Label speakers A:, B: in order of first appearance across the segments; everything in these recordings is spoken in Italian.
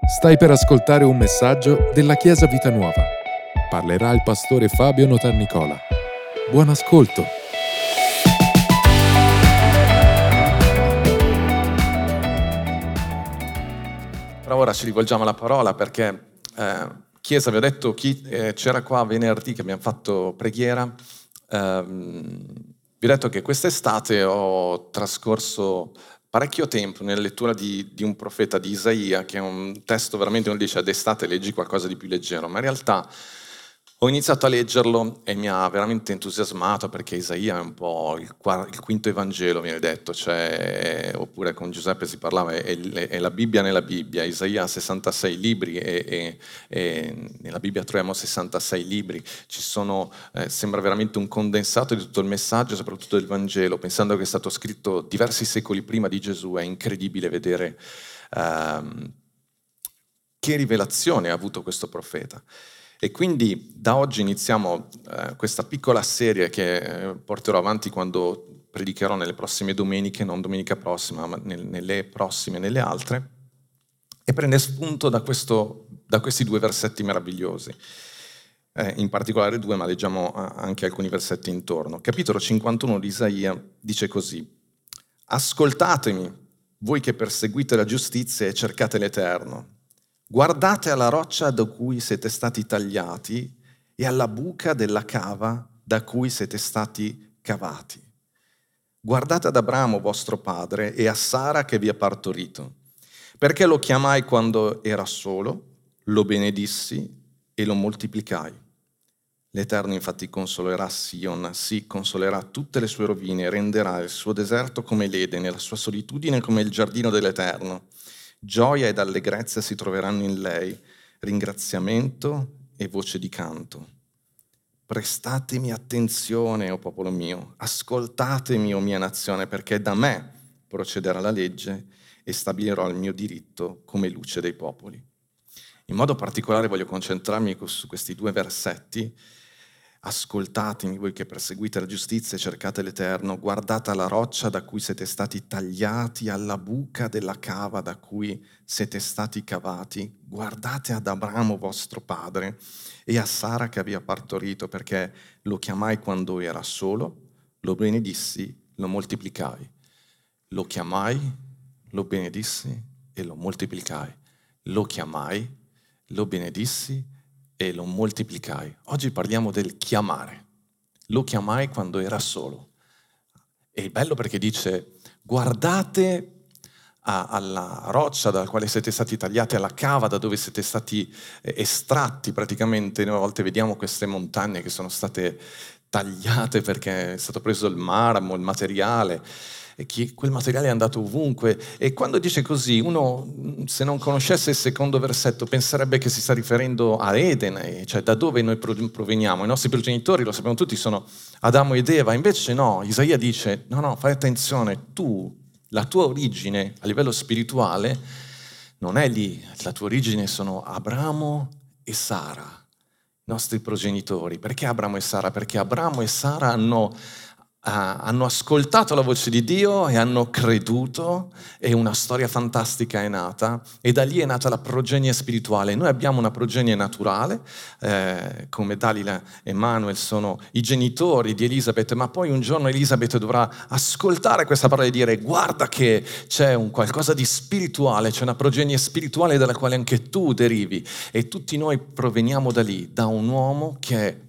A: Stai per ascoltare un messaggio della Chiesa Vita Nuova. Parlerà il pastore Fabio Notarnicola. Buon ascolto.
B: Però ora ci rivolgiamo alla parola perché Chiesa, vi ho detto chi c'era qua venerdì che abbiamo fatto preghiera, vi ho detto che quest'estate ho trascorso parecchio tempo nella lettura di un profeta di Isaia, che è un testo veramente, uno dice d'estate leggi qualcosa di più leggero, ma in realtà ho iniziato a leggerlo e mi ha veramente entusiasmato perché Isaia è un po' il quinto Evangelo, viene detto, oppure con Giuseppe si parlava, è la Bibbia nella Bibbia. Isaia ha 66 libri e nella Bibbia troviamo 66 libri. Sembra veramente un condensato di tutto il messaggio, soprattutto del Vangelo, pensando che è stato scritto diversi secoli prima di Gesù. È incredibile vedere che rivelazione ha avuto questo profeta. E quindi da oggi iniziamo questa piccola serie che porterò avanti quando predicherò nelle prossime domeniche, non domenica prossima, ma nelle prossime e nelle altre, e prende spunto da questi due versetti meravigliosi. In particolare due, ma leggiamo anche alcuni versetti intorno. Capitolo 51 di Isaia dice così: Ascoltatemi, voi che perseguite la giustizia e cercate l'Eterno. Guardate alla roccia da cui siete stati tagliati e alla buca della cava da cui siete stati cavati. Guardate ad Abramo vostro padre e a Sara che vi ha partorito. Perché lo chiamai quando era solo, lo benedissi e lo moltiplicai. L'Eterno infatti consolerà Sion, sì, consolerà tutte le sue rovine e renderà il suo deserto come l'Edene, la sua solitudine come il giardino dell'Eterno. Gioia ed allegrezza si troveranno in lei, ringraziamento e voce di canto. Prestatemi attenzione, o popolo mio, ascoltatemi, o mia nazione, perché da me procederà la legge e stabilirò il mio diritto come luce dei popoli. In modo particolare voglio concentrarmi su questi due versetti. Ascoltatemi voi che perseguite la giustizia e cercate l'Eterno, guardate alla roccia da cui siete stati tagliati, alla buca della cava da cui siete stati cavati, guardate ad Abramo vostro padre e a Sara che vi ha partorito, perché lo chiamai quando era solo, lo benedissi, lo moltiplicai. Lo chiamai, lo benedissi e lo moltiplicai. Lo chiamai, lo benedissi e lo moltiplicai. Oggi parliamo del chiamare. Lo chiamai quando era solo. E è bello perché dice: guardate alla roccia dalla quale siete stati tagliati, alla cava da dove siete stati estratti praticamente. Noi a volte vediamo queste montagne che sono state tagliate perché è stato preso il marmo, il materiale, e quel materiale è andato ovunque. E quando dice così, uno, se non conoscesse il secondo versetto, penserebbe che si sta riferendo a Edene, cioè da dove noi proveniamo. I nostri progenitori, lo sappiamo tutti, sono Adamo ed Eva. Invece no, Isaia dice: no, fai attenzione, la tua origine a livello spirituale non è lì, la tua origine sono Abramo e Sara, i nostri progenitori. Perché Abramo e Sara? Perché Abramo e Sara hanno ascoltato la voce di Dio e hanno creduto, e una storia fantastica è nata, e da lì è nata la progenie spirituale. Noi abbiamo una progenie naturale, come Dalila e Manuel sono i genitori di Elisabeth, ma poi un giorno Elisabeth dovrà ascoltare questa parola e dire: guarda che c'è un qualcosa di spirituale, c'è una progenie spirituale dalla quale anche tu derivi, e tutti noi proveniamo da lì, da un uomo che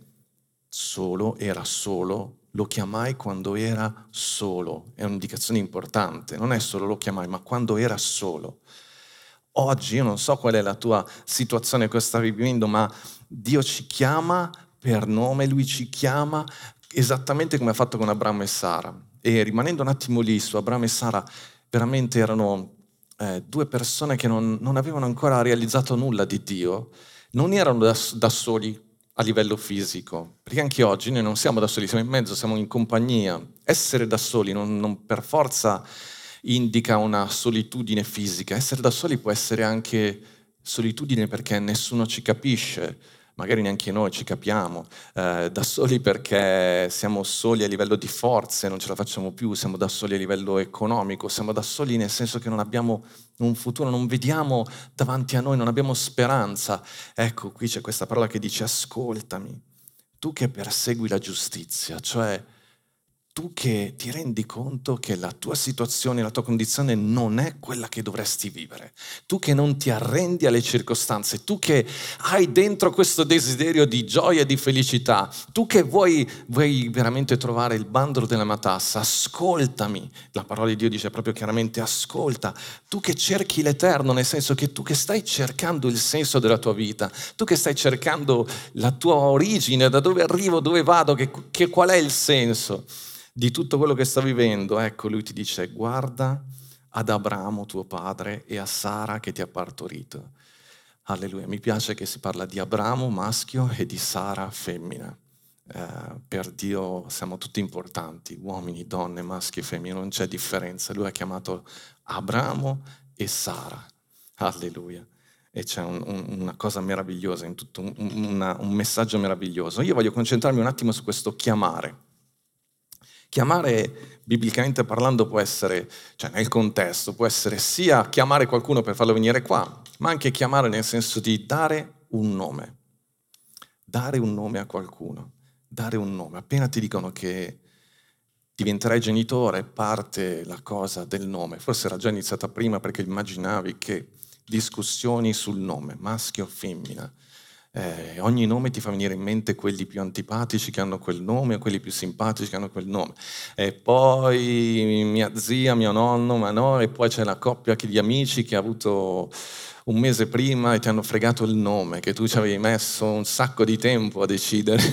B: era solo. Lo chiamai quando era solo, è un'indicazione importante, non è solo lo chiamai, ma quando era solo. Oggi io non so qual è la tua situazione che stavi vivendo, ma Dio ci chiama per nome, Lui ci chiama esattamente come ha fatto con Abramo e Sara. E rimanendo un attimo lì su Abramo e Sara, veramente erano due persone che non avevano ancora realizzato nulla di Dio, non erano da soli a livello fisico, perché anche oggi noi non siamo da soli, siamo in mezzo, siamo in compagnia. Essere da soli non per forza indica una solitudine fisica. Essere da soli può essere anche solitudine perché nessuno ci capisce, magari neanche noi ci capiamo, da soli perché siamo soli a livello di forze, non ce la facciamo più, siamo da soli a livello economico, siamo da soli nel senso che non abbiamo un futuro, non vediamo davanti a noi, non abbiamo speranza. Ecco, qui c'è questa parola che dice ascoltami, tu che persegui la giustizia, cioè tu che ti rendi conto che la tua situazione, la tua condizione non è quella che dovresti vivere, tu che non ti arrendi alle circostanze, tu che hai dentro questo desiderio di gioia e di felicità, tu che vuoi veramente trovare il bandolo della matassa, ascoltami, la parola di Dio dice proprio chiaramente ascolta, tu che cerchi l'eterno, nel senso che tu che stai cercando il senso della tua vita, tu che stai cercando la tua origine, da dove arrivo, dove vado, qual è il senso di tutto quello che sta vivendo, ecco, lui ti dice guarda ad Abramo tuo padre e a Sara che ti ha partorito. Alleluia, mi piace che si parla di Abramo maschio e di Sara femmina. Per Dio siamo tutti importanti, uomini, donne, maschi e femmine, non c'è differenza. Lui ha chiamato Abramo e Sara. Alleluia. E c'è una cosa meravigliosa in tutto, un messaggio meraviglioso. Io voglio concentrarmi un attimo su questo chiamare. Chiamare, biblicamente parlando, può essere, cioè nel contesto, può essere sia chiamare qualcuno per farlo venire qua, ma anche chiamare nel senso di dare un nome. Dare un nome a qualcuno, dare un nome. Appena ti dicono che diventerai genitore, parte la cosa del nome. Forse era già iniziata prima perché immaginavi che discussioni sul nome, maschio o femmina. Ogni nome ti fa venire in mente quelli più antipatici che hanno quel nome o quelli più simpatici che hanno quel nome. E poi mia zia, mio nonno, ma no, e poi c'è la coppia di amici che ha avuto un mese prima e ti hanno fregato il nome, che tu ci avevi messo un sacco di tempo a decidere.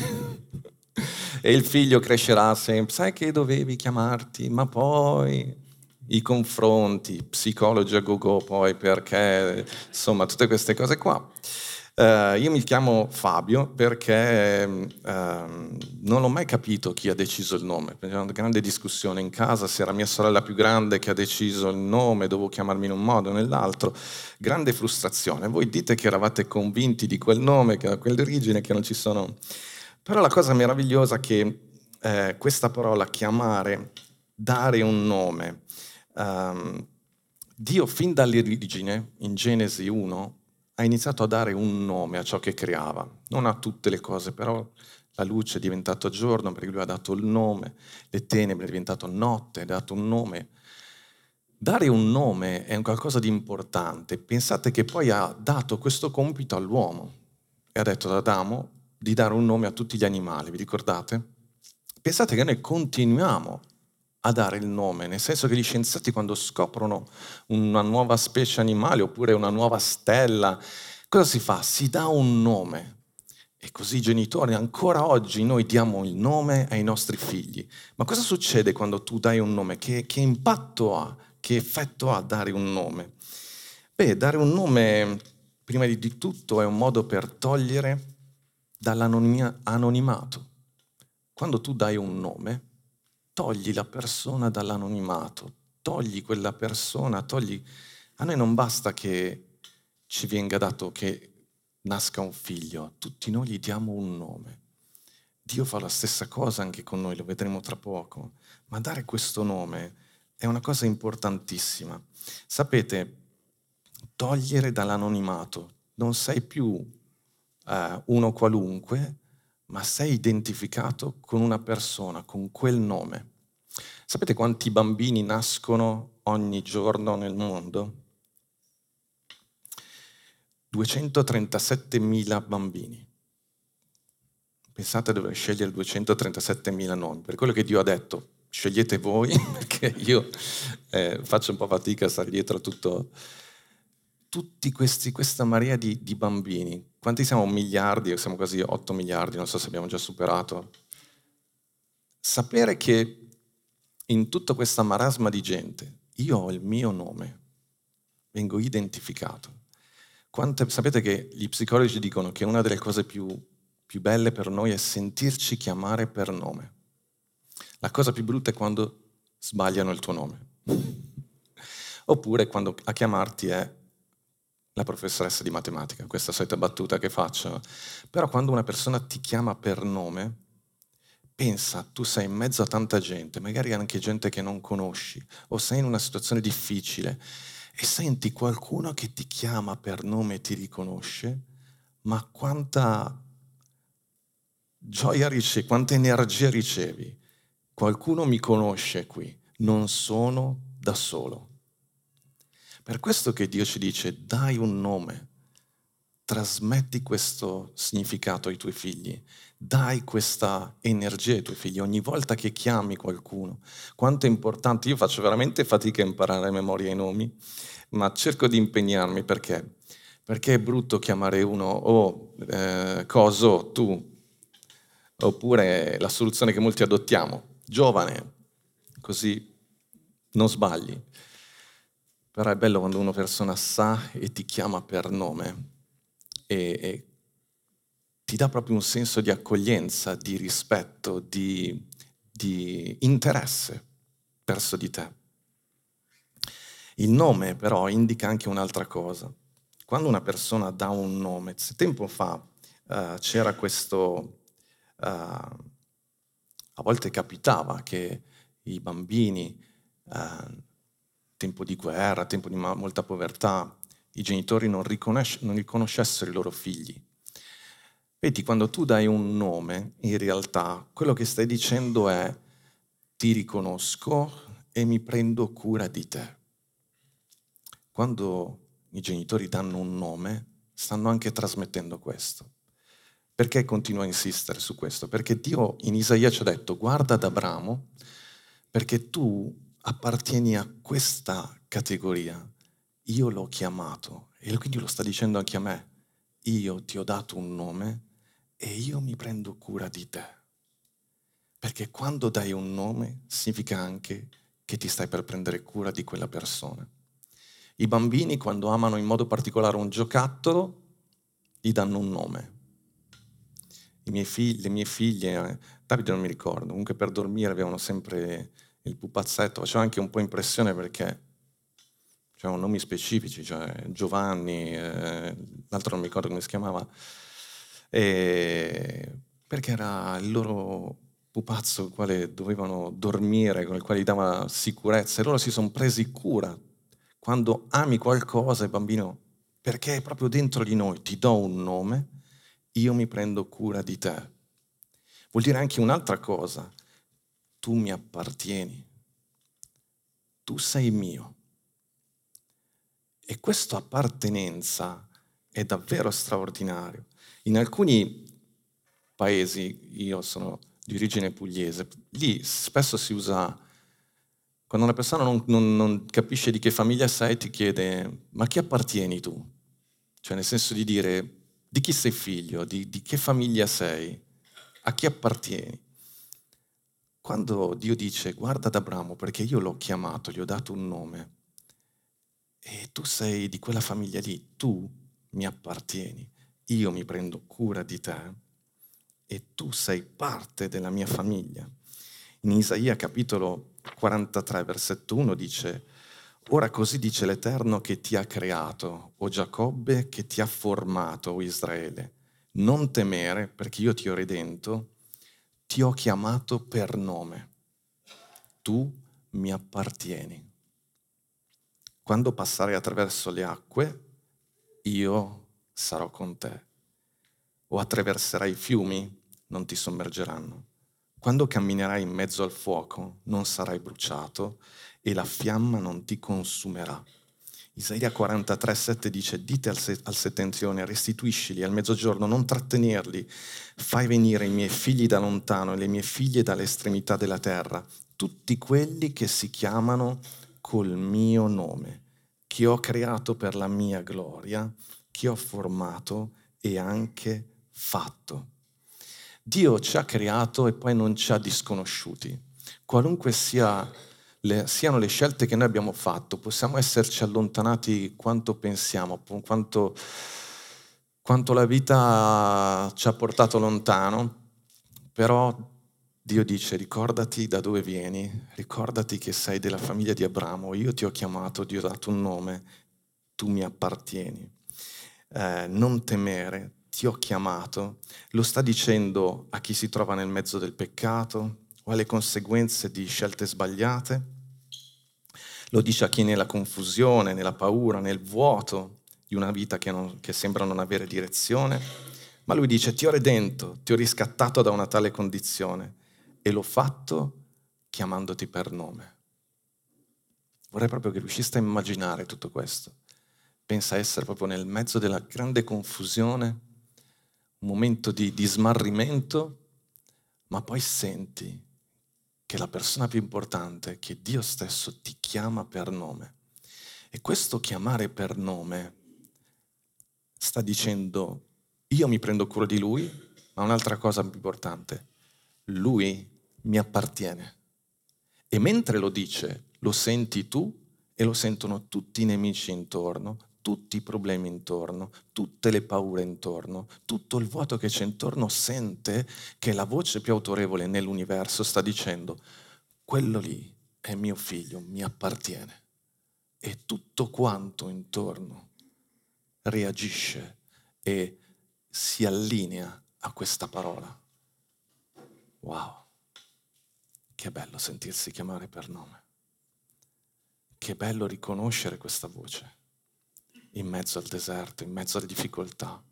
B: E il figlio crescerà sempre, sai che dovevi chiamarti, ma poi i confronti, psicologi a go-go poi perché, insomma, tutte queste cose qua. Io mi chiamo Fabio perché non ho mai capito chi ha deciso il nome. C'era una grande discussione in casa, se era mia sorella più grande che ha deciso il nome, dovevo chiamarmi in un modo o nell'altro. Grande frustrazione. Voi dite che eravate convinti di quel nome, che era quell'origine, che non ci sono. Però la cosa meravigliosa è che questa parola chiamare, dare un nome, Dio fin dall'origine, in Genesi 1, ha iniziato a dare un nome a ciò che creava, non a tutte le cose, però la luce è diventata giorno perché lui ha dato il nome, le tenebre è diventato notte, ha dato un nome. Dare un nome è un qualcosa di importante. Pensate che poi ha dato questo compito all'uomo e ha detto ad Adamo di dare un nome a tutti gli animali, vi ricordate? Pensate che noi continuiamo a dare il nome, nel senso che gli scienziati quando scoprono una nuova specie animale oppure una nuova stella, cosa si fa? Si dà un nome. E così i genitori, ancora oggi noi diamo il nome ai nostri figli. Ma cosa succede quando tu dai un nome? Che impatto ha? Che effetto ha dare un nome? Beh, dare un nome, prima di tutto, è un modo per togliere dall'anonimato. Quando tu dai un nome, togli la persona dall'anonimato, togli quella persona, A noi non basta che ci venga dato che nasca un figlio, tutti noi gli diamo un nome. Dio fa la stessa cosa anche con noi, lo vedremo tra poco, ma dare questo nome è una cosa importantissima. Sapete, togliere dall'anonimato, non sei più uno qualunque, ma sei identificato con una persona, con quel nome. Sapete quanti bambini nascono ogni giorno nel mondo? 237.000 bambini. Pensate a dover scegliere 237.000 nomi. Per quello che Dio ha detto, scegliete voi, perché io faccio un po' fatica a stare dietro a tutti questa marea di bambini. Quanti siamo? Miliardi? Siamo quasi 8 miliardi, non so se abbiamo già superato. Sapere che in tutta questa marasma di gente io ho il mio nome, vengo identificato. Sapete che gli psicologi dicono che una delle cose più belle per noi è sentirci chiamare per nome. La cosa più brutta è quando sbagliano il tuo nome. Oppure quando a chiamarti è la professoressa di matematica, questa solita battuta che faccio. Però quando una persona ti chiama per nome, pensa, tu sei in mezzo a tanta gente, magari anche gente che non conosci, o sei in una situazione difficile e senti qualcuno che ti chiama per nome e ti riconosce, ma quanta gioia ricevi, quanta energia ricevi. Qualcuno mi conosce qui, non sono da solo. Per questo che Dio ci dice, dai un nome, trasmetti questo significato ai tuoi figli, dai questa energia ai tuoi figli ogni volta che chiami qualcuno. Quanto è importante, io faccio veramente fatica a imparare a memoria i nomi, ma cerco di impegnarmi perché? Perché è brutto chiamare uno coso, tu, oppure la soluzione che molti adottiamo, giovane, così non sbagli. Però è bello quando una persona sa e ti chiama per nome e ti dà proprio un senso di accoglienza, di rispetto, di interesse verso di te. Il nome però indica anche un'altra cosa. Quando una persona dà un nome, tempo fa c'era questo, a volte capitava che i bambini, tempo di guerra, tempo di molta povertà, i genitori non riconoscessero i loro figli. Vedi, quando tu dai un nome, in realtà quello che stai dicendo è ti riconosco e mi prendo cura di te. Quando i genitori danno un nome, stanno anche trasmettendo questo. Perché continuo a insistere su questo? Perché Dio in Isaia ci ha detto, guarda ad Abramo, perché tu appartieni a questa categoria. Io l'ho chiamato, e quindi lo sta dicendo anche a me. Io ti ho dato un nome e io mi prendo cura di te. Perché quando dai un nome significa anche che ti stai per prendere cura di quella persona. I bambini, quando amano in modo particolare un giocattolo, gli danno un nome. Le mie figlie, Davide non mi ricordo, comunque per dormire avevano sempre il pupazzetto, faceva anche un po' impressione perché c'erano nomi specifici, cioè Giovanni, l'altro non mi ricordo come si chiamava, perché era il loro pupazzo con il quale dovevano dormire, con il quale gli dava sicurezza, e loro si sono presi cura. Quando ami qualcosa, il bambino, perché è proprio dentro di noi, ti do un nome, io mi prendo cura di te. Vuol dire anche un'altra cosa, tu mi appartieni, tu sei mio. E questa appartenenza è davvero straordinario. In alcuni paesi, io sono di origine pugliese, lì spesso si usa, quando una persona non capisce di che famiglia sei, ti chiede, ma a chi appartieni tu? Cioè nel senso di dire, di chi sei figlio, di che famiglia sei, a chi appartieni? Quando Dio dice, guarda ad Abramo perché io l'ho chiamato, gli ho dato un nome, e tu sei di quella famiglia lì, tu mi appartieni, io mi prendo cura di te e tu sei parte della mia famiglia. In Isaia capitolo 43, versetto 1 dice, ora così dice l'Eterno che ti ha creato, o Giacobbe, che ti ha formato, o Israele. Non temere, perché io ti ho redento, ti ho chiamato per nome. Tu mi appartieni. Quando passarai attraverso le acque, io sarò con te. O attraverserai i fiumi, non ti sommergeranno. Quando camminerai in mezzo al fuoco, non sarai bruciato e la fiamma non ti consumerà. Isaia 43, 7 dice, dite al settentrione, restituiscili al mezzogiorno, non trattenerli, fai venire i miei figli da lontano e le mie figlie dalle estremità della terra, tutti quelli che si chiamano col mio nome, che ho creato per la mia gloria, che ho formato e anche fatto. Dio ci ha creato e poi non ci ha disconosciuti. Qualunque siano le scelte che noi abbiamo fatto, possiamo esserci allontanati quanto pensiamo, quanto la vita ci ha portato lontano, però Dio dice ricordati da dove vieni, ricordati che sei della famiglia di Abramo, io ti ho chiamato, ti ho dato un nome, tu mi appartieni. non temere, ti ho chiamato, lo sta dicendo a chi si trova nel mezzo del peccato o alle conseguenze di scelte sbagliate, lo dice a chi è nella confusione, nella paura, nel vuoto di una vita che sembra non avere direzione, ma lui dice ti ho redento, ti ho riscattato da una tale condizione e l'ho fatto chiamandoti per nome. Vorrei proprio che riusciste a immaginare tutto questo. Pensa a essere proprio nel mezzo della grande confusione, un momento di smarrimento, ma poi senti che la persona più importante, che Dio stesso ti chiama per nome. E questo chiamare per nome sta dicendo io mi prendo cura di lui, ma un'altra cosa più importante, lui mi appartiene. E mentre lo dice, lo senti tu e lo sentono tutti i nemici intorno, tutti i problemi intorno, tutte le paure intorno, tutto il vuoto che c'è intorno sente che la voce più autorevole nell'universo sta dicendo quello lì è mio figlio, mi appartiene. E tutto quanto intorno reagisce e si allinea a questa parola. Wow, che bello sentirsi chiamare per nome. Che bello riconoscere questa voce in mezzo al deserto, in mezzo alle difficoltà.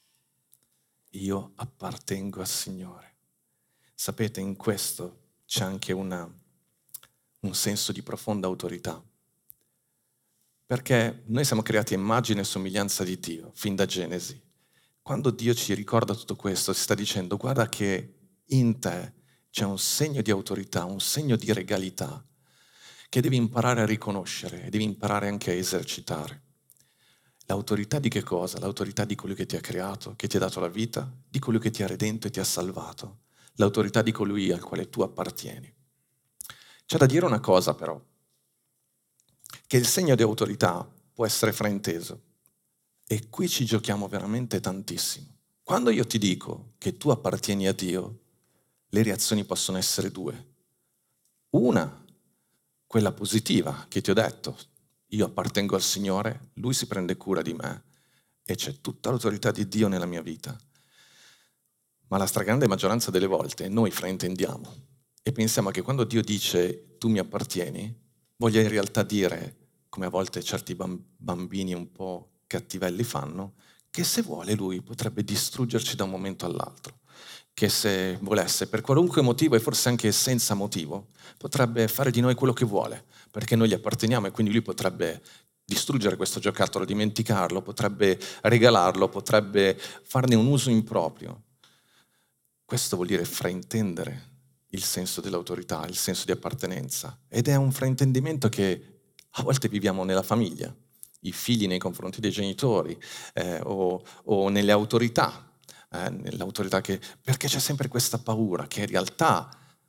B: Io appartengo al Signore. Sapete, in questo c'è anche un senso di profonda autorità. Perché noi siamo creati a immagine e somiglianza di Dio, fin da Genesi. Quando Dio ci ricorda tutto questo, si sta dicendo guarda che in te c'è un segno di autorità, un segno di regalità, che devi imparare a riconoscere e devi imparare anche a esercitare. L'autorità di che cosa? L'autorità di colui che ti ha creato, che ti ha dato la vita, di colui che ti ha redento e ti ha salvato. L'autorità di colui al quale tu appartieni. C'è da dire una cosa però, che il segno di autorità può essere frainteso. E qui ci giochiamo veramente tantissimo. Quando io ti dico che tu appartieni a Dio, le reazioni possono essere due. Una, quella positiva che ti ho detto, io appartengo al Signore, Lui si prende cura di me e c'è tutta l'autorità di Dio nella mia vita. Ma la stragrande maggioranza delle volte noi fraintendiamo e pensiamo che quando Dio dice tu mi appartieni, voglia in realtà dire, come a volte certi bambini un po' cattivelli fanno, che se vuole Lui potrebbe distruggerci da un momento all'altro, che se volesse, per qualunque motivo e forse anche senza motivo, potrebbe fare di noi quello che vuole, perché noi gli apparteniamo e quindi Lui potrebbe distruggere questo giocattolo, dimenticarlo, potrebbe regalarlo, potrebbe farne un uso improprio. Questo vuol dire fraintendere il senso dell'autorità, il senso di appartenenza. Ed è un fraintendimento che a volte viviamo nella famiglia, i figli nei confronti dei genitori o nelle autorità, nell'autorità perché c'è sempre questa paura che in realtà,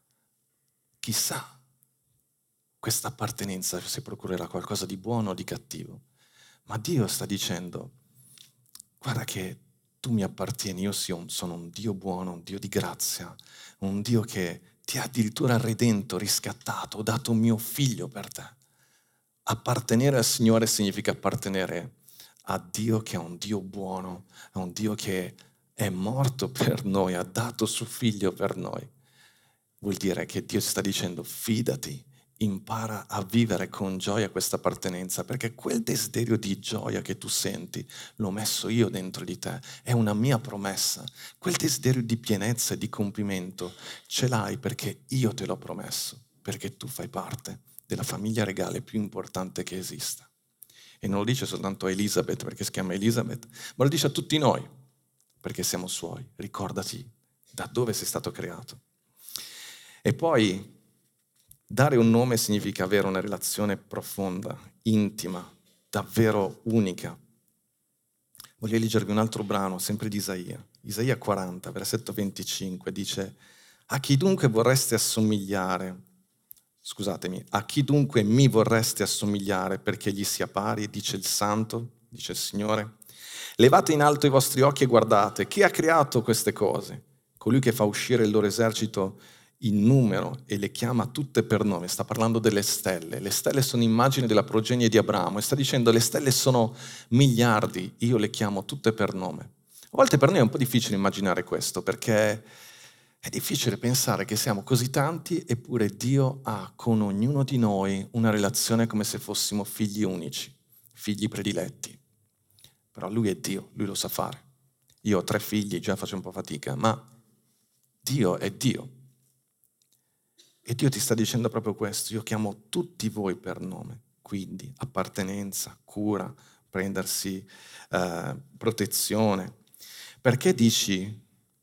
B: chissà, questa appartenenza si procurerà qualcosa di buono o di cattivo. Ma Dio sta dicendo, guarda che tu mi appartieni, io sono un Dio buono, un Dio di grazia, un Dio che ti ha addirittura redento, riscattato, ho dato mio figlio per te. Appartenere al Signore significa appartenere a Dio che è un Dio buono, è un Dio che è morto per noi, ha dato suo figlio per noi. Vuol dire che Dio sta dicendo fidati, impara a vivere con gioia questa appartenenza, perché quel desiderio di gioia che tu senti l'ho messo io dentro di te, è una mia promessa. Quel desiderio di pienezza e di compimento ce l'hai perché io te l'ho promesso, perché tu fai parte della famiglia regale più importante che esista. E non lo dice soltanto a Elisabeth perché si chiama Elisabeth, ma lo dice a tutti noi perché siamo suoi. Ricordati da dove sei stato creato. E poi dare un nome significa avere una relazione profonda, intima, davvero unica. Voglio leggervi un altro brano, sempre di Isaia. Isaia 40, versetto 25, dice: a chi dunque mi vorreste assomigliare perché gli sia pari, dice il Santo, dice il Signore. Levate in alto i vostri occhi e guardate, chi ha creato queste cose? Colui che fa uscire il loro esercito in numero e le chiama tutte per nome. Sta parlando delle stelle. Le stelle sono immagini della progenie di Abramo e sta dicendo le stelle sono miliardi, io le chiamo tutte per nome. A volte per noi è un po' difficile immaginare questo, perché è difficile pensare che siamo così tanti eppure Dio ha con ognuno di noi una relazione come se fossimo figli unici, figli prediletti. Però Lui è Dio, Lui lo sa fare. Io ho 3 figli, già faccio un po' fatica, ma Dio è Dio. E Dio ti sta dicendo proprio questo, io chiamo tutti voi per nome, quindi appartenenza, cura, prendersi protezione. Perché dici,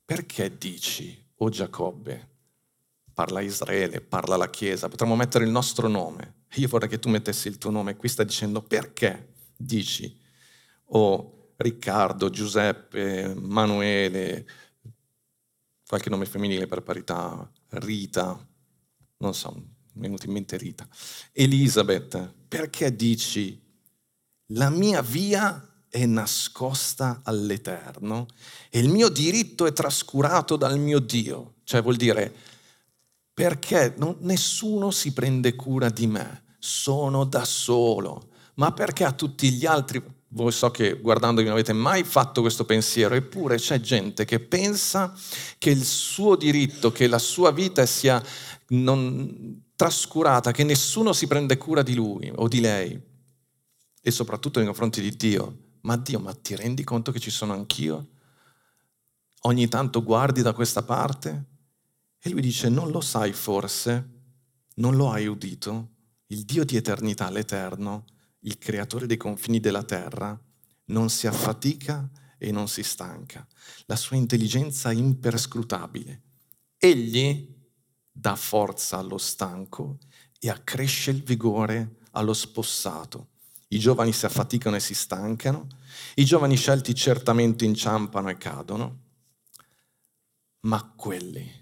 B: o Giacobbe, parla Israele, parla la Chiesa, potremmo mettere il nostro nome, io vorrei che tu mettessi il tuo nome, qui sta dicendo perché dici, o Riccardo, Giuseppe, Manuele, qualche nome femminile per parità, Rita, non so, mi è venuto in mente Rita, Elisabeth, perché dici la mia via è nascosta all'Eterno e il mio diritto è trascurato dal mio Dio? Cioè vuol dire perché nessuno si prende cura di me, sono da solo, ma perché a tutti gli altri? Voi so che guardandovi non avete mai fatto questo pensiero, eppure c'è gente che pensa che il suo diritto, che la sua vita sia trascurata, che nessuno si prende cura di lui o di lei, e soprattutto nei confronti di Dio. Ma Dio, ma ti rendi conto che ci sono anch'io? Ogni tanto guardi da questa parte? E lui dice, non lo sai forse? Non lo hai udito? Il Dio di eternità, l'Eterno, il creatore dei confini della terra, non si affatica e non si stanca. La sua intelligenza è imperscrutabile. Egli dà forza allo stanco e accresce il vigore allo spossato. I giovani si affaticano e si stancano, i giovani scelti certamente inciampano e cadono, ma quelli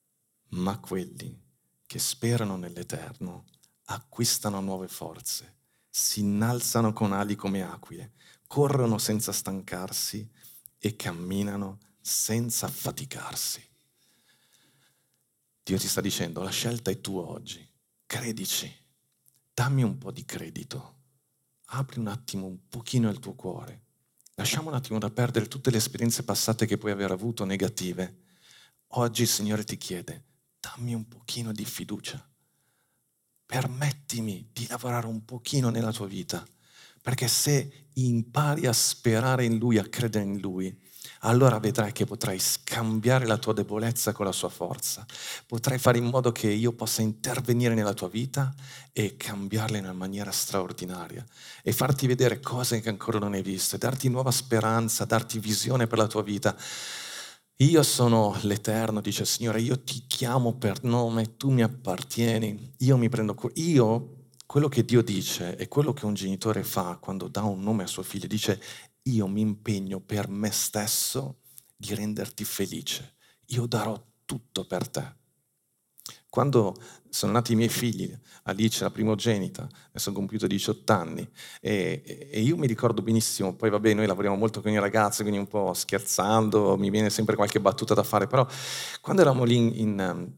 B: che sperano nell'Eterno acquistano nuove forze, si innalzano con ali come aquile, corrono senza stancarsi e camminano senza affaticarsi. Dio ti sta dicendo, la scelta è tua oggi, credici, dammi un po' di credito, apri un attimo, un pochino il tuo cuore, lasciamo un attimo da perdere tutte le esperienze passate che puoi aver avuto negative. Oggi il Signore ti chiede, dammi un pochino di fiducia, permettimi di lavorare un pochino nella tua vita, perché se impari a sperare in Lui, a credere in Lui, allora vedrai che potrai scambiare la tua debolezza con la sua forza, potrai fare in modo che io possa intervenire nella tua vita e cambiarla in una maniera straordinaria e farti vedere cose che ancora non hai visto, darti nuova speranza, darti visione per la tua vita. Io sono l'Eterno, dice il Signore, io ti chiamo per nome, tu mi appartieni, io mi prendo cura. Quello che Dio dice e quello che un genitore fa quando dà un nome a suo figlio, dice io mi impegno per me stesso di renderti felice, io darò tutto per te. Quando sono nati i miei figli, Alice, la primogenita, adesso ho compiuto 18 anni, e io mi ricordo benissimo, poi vabbè noi lavoriamo molto con i ragazzi, quindi un po' scherzando, mi viene sempre qualche battuta da fare, però quando eravamo lì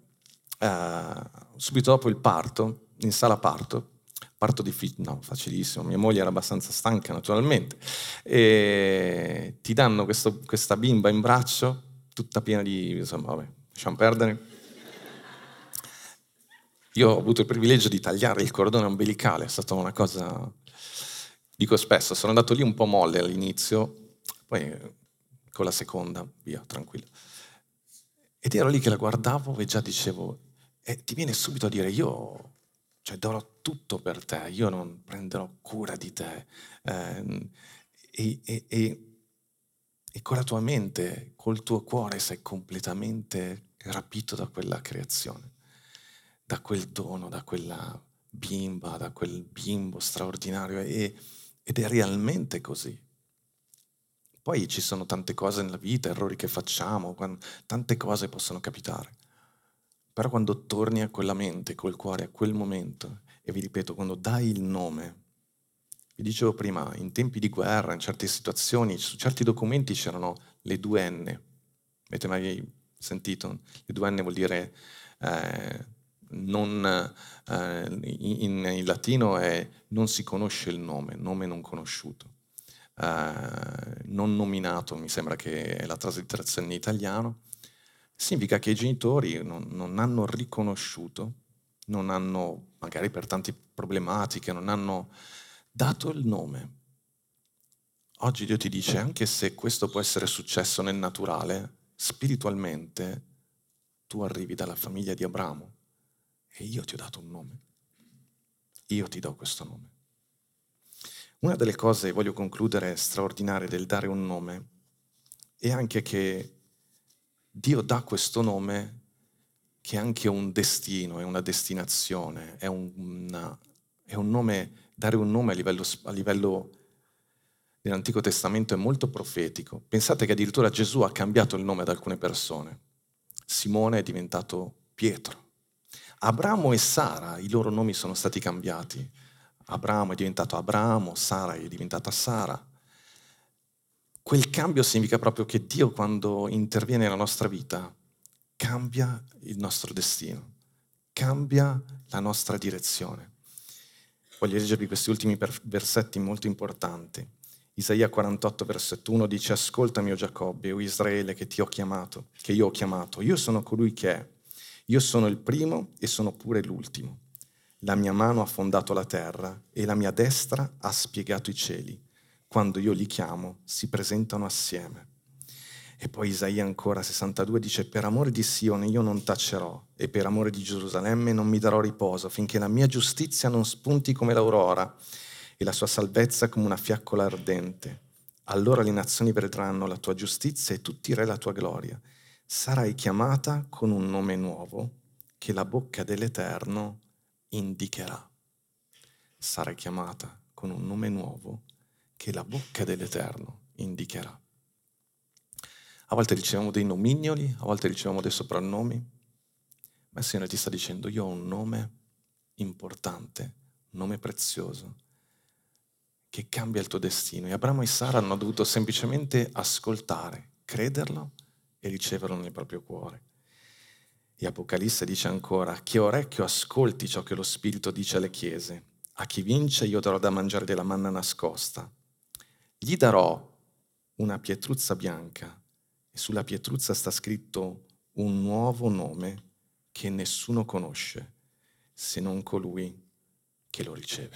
B: subito dopo il parto, in sala parto difficile, no, facilissimo, mia moglie era abbastanza stanca naturalmente, e ti danno questa bimba in braccio, tutta piena di, insomma, vabbè, lasciamo perdere. Io ho avuto il privilegio di tagliare il cordone ombelicale, è stata una cosa, dico spesso, sono andato lì un po' molle all'inizio, poi con la seconda, via, tranquillo. Ed ero lì che la guardavo e già dicevo, ti viene subito a dire, io darò tutto per te, io non prenderò cura di te. E con la tua mente, col tuo cuore sei completamente rapito da quella creazione, da quel dono, da quella bimba, da quel bimbo straordinario, ed è realmente così. Poi ci sono tante cose nella vita, errori che facciamo, tante cose possono capitare. Però quando torni a quella mente, col cuore, a quel momento, e vi ripeto, quando dai il nome, vi dicevo prima, in tempi di guerra, in certe situazioni, su certi documenti c'erano le 2 N. Avete mai sentito? Le 2 N vuol dire in latino è non si conosce il nome non conosciuto. Non nominato, mi sembra che è la traslitterazione in italiano. Significa che i genitori non hanno riconosciuto, non hanno, magari per tante problematiche, non hanno dato il nome. Oggi Dio ti dice, anche se questo può essere successo nel naturale, spiritualmente tu arrivi dalla famiglia di Abramo e io ti ho dato un nome. Io ti do questo nome. Una delle cose, voglio concludere, straordinarie del dare un nome è anche che Dio dà questo nome che è anche un destino, è una destinazione, è un nome, dare un nome a livello nell'Antico Testamento è molto profetico. Pensate che addirittura Gesù ha cambiato il nome ad alcune persone. Simone è diventato Pietro. Abramo e Sara, i loro nomi sono stati cambiati. Abramo è diventato Abramo, Sara è diventata Sara. Quel cambio significa proprio che Dio, quando interviene nella nostra vita, cambia il nostro destino, cambia la nostra direzione. Voglio leggervi questi ultimi versetti molto importanti. Isaia 48, versetto 1 dice: ascoltami, o Giacobbe, o Israele, che io ho chiamato. Io sono colui che è. Io sono il primo e sono pure l'ultimo. La mia mano ha fondato la terra e la mia destra ha spiegato i cieli. Quando io li chiamo, si presentano assieme. E poi Isaia ancora 62 dice: per amore di Sione io non tacerò, e per amore di Gerusalemme non mi darò riposo, finché la mia giustizia non spunti come l'aurora e la sua salvezza come una fiaccola ardente. Allora le nazioni vedranno la tua giustizia e tutti i re la tua gloria. Sarai chiamata con un nome nuovo che la bocca dell'Eterno indicherà. Sarai chiamata con un nome nuovo che la bocca dell'Eterno indicherà. A volte riceviamo dei nomignoli, a volte riceviamo dei soprannomi, ma il Signore ti sta dicendo: io ho un nome importante, un nome prezioso, che cambia il tuo destino. E Abramo e Sara hanno dovuto semplicemente ascoltare, crederlo e riceverlo nel proprio cuore. E Apocalisse dice ancora: chi ha orecchio ascolti ciò che lo Spirito dice alle chiese. A chi vince io darò da mangiare della manna nascosta. Gli darò una pietruzza bianca e sulla pietruzza sta scritto un nuovo nome che nessuno conosce se non colui che lo riceve.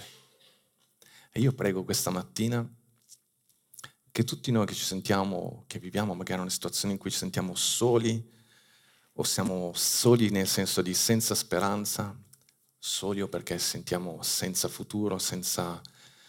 B: E io prego questa mattina che tutti noi che ci sentiamo, che viviamo magari una situazione in cui ci sentiamo soli, o siamo soli nel senso di senza speranza, soli o perché sentiamo senza futuro, senza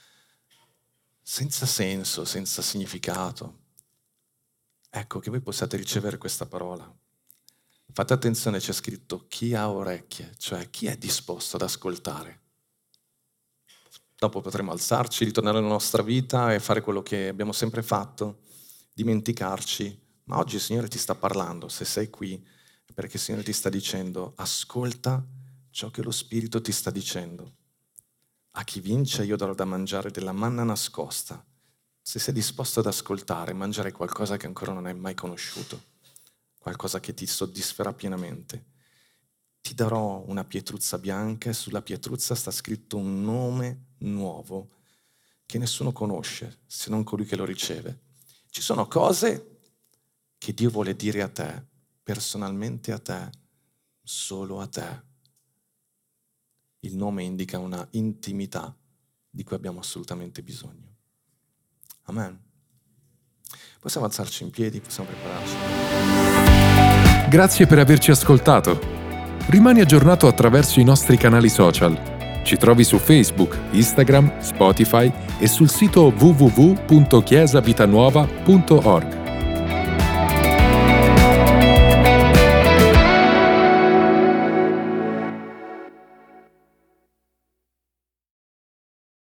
B: senso, senza significato. Ecco, che voi possiate ricevere questa parola. Fate attenzione, c'è scritto chi ha orecchie, cioè chi è disposto ad ascoltare. Dopo potremo alzarci, ritornare alla nostra vita e fare quello che abbiamo sempre fatto, dimenticarci. Ma oggi il Signore ti sta parlando, se sei qui, perché il Signore ti sta dicendo: ascolta ciò che lo Spirito ti sta dicendo. A chi vince io darò da mangiare della manna nascosta. Se sei disposto ad ascoltare, mangerai qualcosa che ancora non hai mai conosciuto, qualcosa che ti soddisferà pienamente. Ti darò una pietruzza bianca e sulla pietruzza sta scritto un nome nuovo che nessuno conosce se non colui che lo riceve. Ci sono cose che Dio vuole dire a te, personalmente a te, solo a te. Il nome indica una intimità di cui abbiamo assolutamente bisogno. Amen. Possiamo alzarci in piedi, possiamo prepararci.
A: Grazie per averci ascoltato. Rimani aggiornato attraverso i nostri canali social. Ci trovi su Facebook, Instagram, Spotify e sul sito www.chiesavitanuova.org.